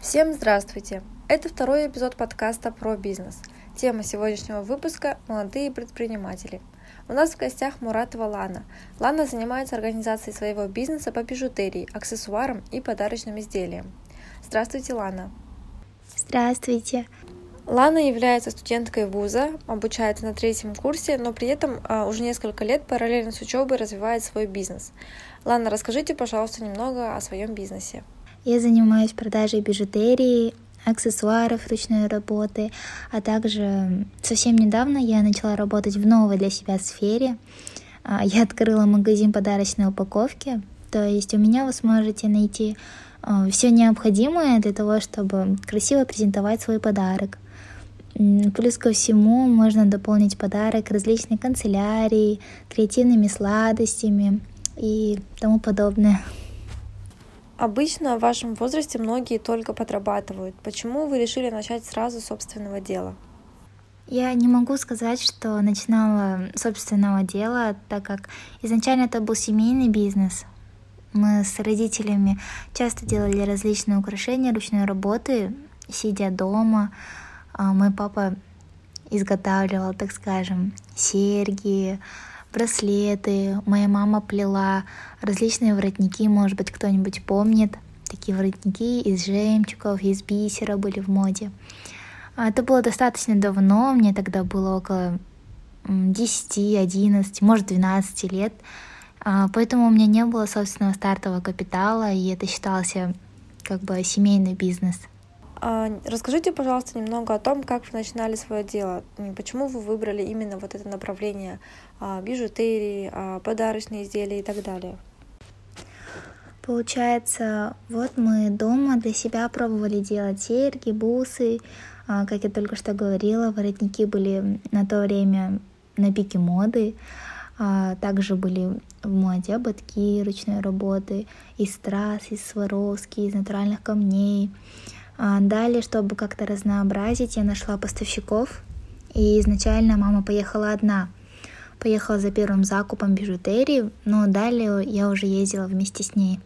Всем здравствуйте! Это второй эпизод подкаста про бизнес. Тема сегодняшнего выпуска – молодые предприниматели. У нас в гостях Муратова Лана. Лана занимается организацией своего бизнеса по бижутерии, аксессуарам и подарочным изделиям. Здравствуйте, Лана! Здравствуйте! Лана является студенткой вуза, обучается на 3-м курсе, но при этом уже несколько лет параллельно с учебой развивает свой бизнес. Лана, расскажите, пожалуйста, немного о своем бизнесе. Я занимаюсь продажей бижутерии, аксессуаров ручной работы, а также совсем недавно я начала работать в новой для себя сфере. Я открыла магазин подарочной упаковки, то есть у меня вы сможете найти все необходимое для того, чтобы красиво презентовать свой подарок. Плюс ко всему можно дополнить подарок различной канцелярией, креативными сладостями и тому подобное. Обычно в вашем возрасте многие только подрабатывают. Почему вы решили начать сразу с собственного дела? Я не могу сказать, что начинала с собственного дела, так как изначально это был семейный бизнес. Мы с родителями часто делали различные украшения ручной работы, сидя дома. Мой папа изготавливал, так скажем, серьги, браслеты. Моя мама плела различные воротники, может быть, кто-нибудь помнит. Такие воротники из жемчугов, из бисера были в моде. Это было достаточно давно, мне тогда было около 10, 11, может, 12 лет. Поэтому у меня не было собственного стартового капитала, и это считался как бы семейный бизнес. Расскажите, пожалуйста, немного о том, как вы начинали свое дело. Почему вы выбрали именно вот это направление бижутерии, подарочные изделия и так далее? Получается, вот мы дома для себя пробовали делать серьги, бусы. Как я только что говорила, воротники были на то время на пике моды. Также были в моде ободки ручной работы из страз, из Сваровски, из натуральных камней. Далее, чтобы как-то разнообразить, я нашла поставщиков, и изначально мама поехала одна. Поехала за первым закупом бижутерии, но далее я уже ездила вместе с ней.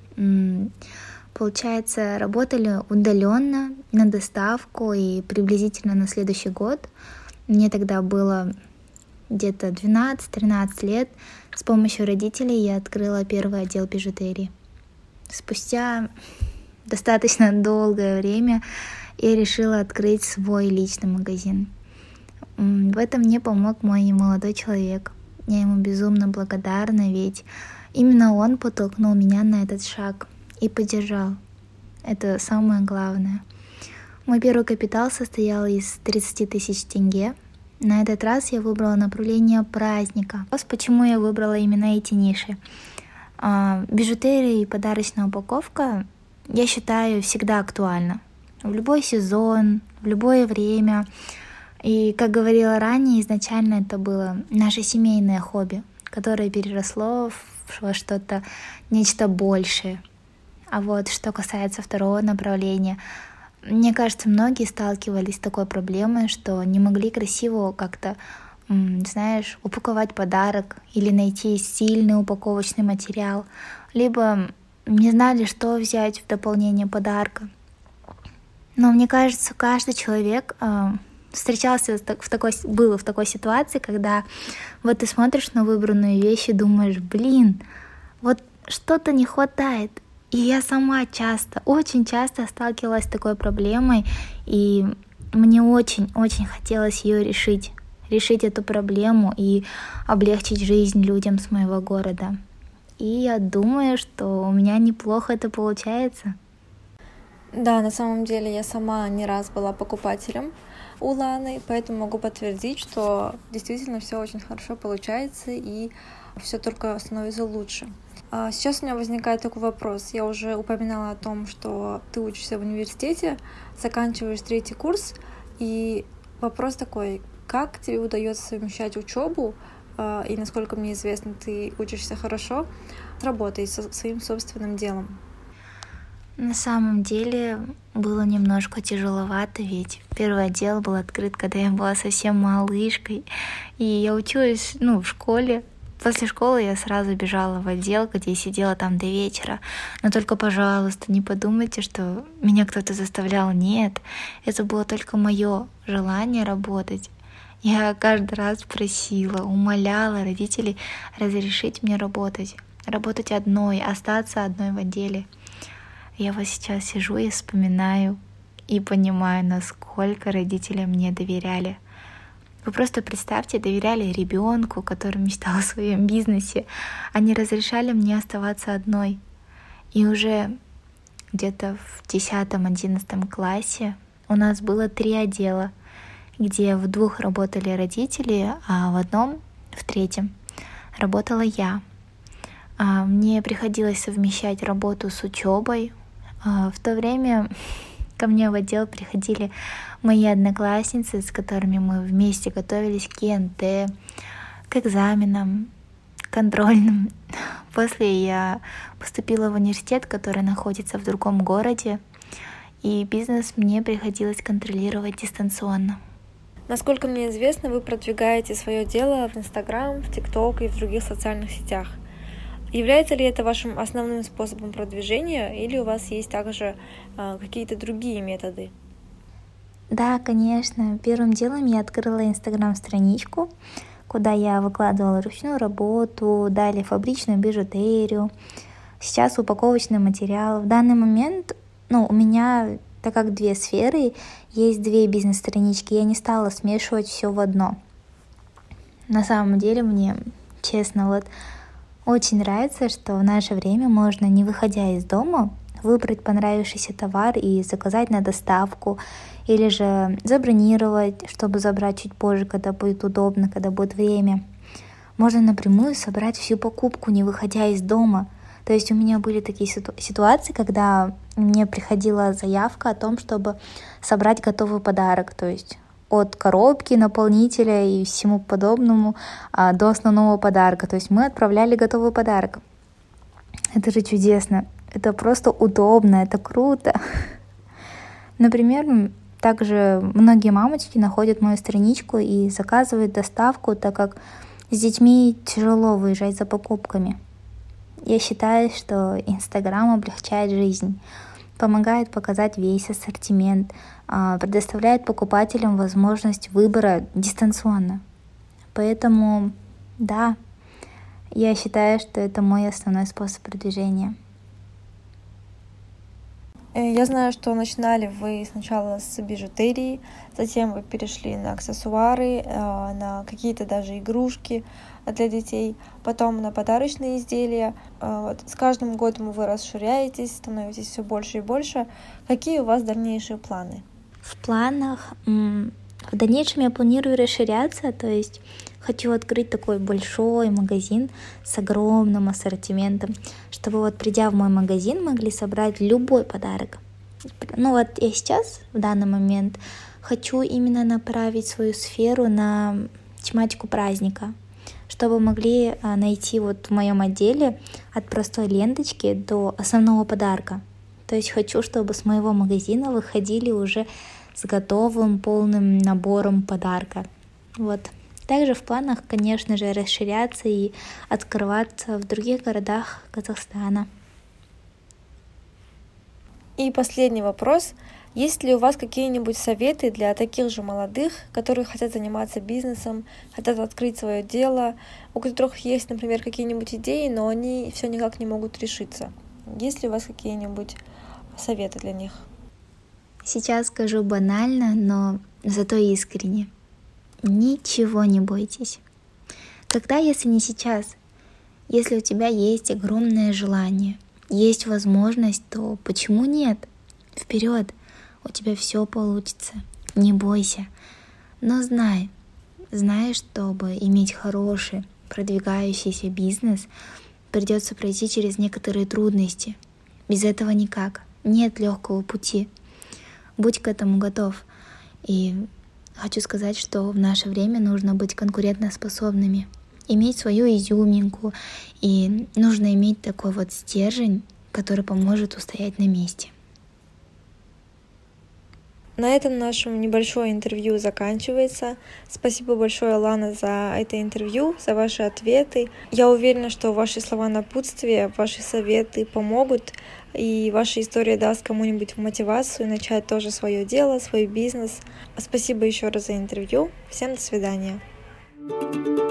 Получается, работали удаленно на доставку, и приблизительно на следующий год, мне тогда было где-то 12-13 лет, с помощью родителей я открыла первый отдел бижутерии. Спустя достаточно долгое время я решила открыть свой личный магазин. В этом мне помог мой молодой человек. Я ему безумно благодарна, ведь именно он подтолкнул меня на этот шаг и поддержал. Это самое главное. Мой первый капитал состоял из 30 тысяч тенге. На этот раз я выбрала направление праздника. Почему я выбрала именно эти ниши? Бижутерия и подарочная упаковка, я считаю, всегда актуально. В любой сезон, в любое время. И, как говорила ранее, изначально это было наше семейное хобби, которое переросло во что-то, нечто большее. А вот что касается второго направления, мне кажется, многие сталкивались с такой проблемой, что не могли красиво как-то, упаковать подарок или найти сильный упаковочный материал, либо не знали, что взять в дополнение подарка. Но мне кажется, каждый человек был в такой ситуации, когда вот ты смотришь на выбранную вещь и думаешь, вот что-то не хватает. И я сама очень часто сталкивалась с такой проблемой, и мне очень хотелось ее решить эту проблему и облегчить жизнь людям с моего города. И я думаю, что у меня неплохо это получается. Да, на самом деле я сама не раз была покупателем у Ланы, поэтому могу подтвердить, что действительно все очень хорошо получается и все только становится лучше. Сейчас у меня возникает такой вопрос. Я уже упоминала о том, что ты учишься в университете, заканчиваешь 3-й курс, и вопрос такой: как тебе удается совмещать учебу, и, насколько мне известно, ты учишься хорошо, с работой, со своим собственным делом? На самом деле было немножко тяжеловато, ведь первый отдел был открыт, когда я была совсем малышкой, и я училась в школе, После школы я сразу бежала в отдел, где сидела там до вечера. Но только, пожалуйста, не подумайте, что меня кто-то заставлял. Нет, это было только мое желание работать. Я каждый раз просила, умоляла родителей разрешить мне работать. Работать одной, остаться одной в отделе. Я вот сейчас сижу и вспоминаю и понимаю, насколько родители мне доверяли. Вы просто представьте, доверяли ребенку, который мечтал о своем бизнесе. Они разрешали мне оставаться одной. И уже где-то в 10-11 классе у нас было 3 отдела, где в 2 работали родители, а в одном, в 3, работала я. Мне приходилось совмещать работу с учебой. В то время ко мне в отдел приходили мои одноклассницы, с которыми мы вместе готовились к ЕНТ, к экзаменам, контрольным. После я поступила в университет, который находится в другом городе, и бизнес мне приходилось контролировать дистанционно. Насколько мне известно, вы продвигаете свое дело в Инстаграм, в ТикТок и в других социальных сетях. Является ли это вашим основным способом продвижения, или у вас есть также какие-то другие методы? Да, конечно. Первым делом я открыла Инстаграм-страничку, куда я выкладывала ручную работу, далее фабричную бижутерию, сейчас упаковочный материал. В данный момент у меня, так как 2 сферы, есть 2 бизнес-странички, я не стала смешивать все в одно. На самом деле мне, честно, очень нравится, что в наше время можно, не выходя из дома, выбрать понравившийся товар и заказать на доставку, или же забронировать, чтобы забрать чуть позже, когда будет удобно, когда будет время. Можно напрямую собрать всю покупку, не выходя из дома. То есть у меня были такие ситуации, когда мне приходила заявка о том, чтобы собрать готовый подарок, то есть от коробки, наполнителя и всему подобному до основного подарка. То есть мы отправляли готовый подарок. Это же чудесно. Это просто удобно, это круто. Например, также многие мамочки находят мою страничку и заказывают доставку, так как с детьми тяжело выезжать за покупками. Я считаю, что Инстаграм облегчает жизнь, помогает показать весь ассортимент, предоставляет покупателям возможность выбора дистанционно. Поэтому, да, я считаю, что это мой основной способ продвижения. Я знаю, что начинали вы сначала с бижутерии, затем вы перешли на аксессуары, на какие-то даже игрушки для детей, потом на подарочные изделия. С каждым годом вы расширяетесь, становитесь все больше и больше. Какие у вас дальнейшие планы? В планах в дальнейшем я планирую расширяться, то есть хочу открыть такой большой магазин с огромным ассортиментом, чтобы придя в мой магазин, могли собрать любой подарок. Я сейчас, в данный момент, хочу именно направить свою сферу на тематику праздника, чтобы могли найти в моем отделе от простой ленточки до основного подарка. То есть хочу, чтобы с моего магазина выходили уже с готовым полным набором подарка. Также в планах, конечно же, расширяться и открываться в других городах Казахстана. И последний вопрос. Есть ли у вас какие-нибудь советы для таких же молодых, которые хотят заниматься бизнесом, хотят открыть свое дело, у которых есть, например, какие-нибудь идеи, но они все никак не могут решиться? Есть ли у вас какие-нибудь советы для них? Сейчас скажу банально, но зато искренне. Ничего не бойтесь. Когда, если не сейчас? Если у тебя есть огромное желание, есть возможность, то почему нет? Вперед, у тебя все получится. Не бойся. Но знай, чтобы иметь хороший, продвигающийся бизнес, придется пройти через некоторые трудности. Без этого никак. Нет легкого пути. Будь к этому готов. И хочу сказать, что в наше время нужно быть конкурентоспособными, иметь свою изюминку, и нужно иметь такой стержень, который поможет устоять на месте. На этом наше небольшое интервью заканчивается. Спасибо большое, Лана, за это интервью, за ваши ответы. Я уверена, что ваши слова напутствия, ваши советы помогут, и ваша история даст кому-нибудь мотивацию начать тоже свое дело, свой бизнес. Спасибо еще раз за интервью. Всем до свидания.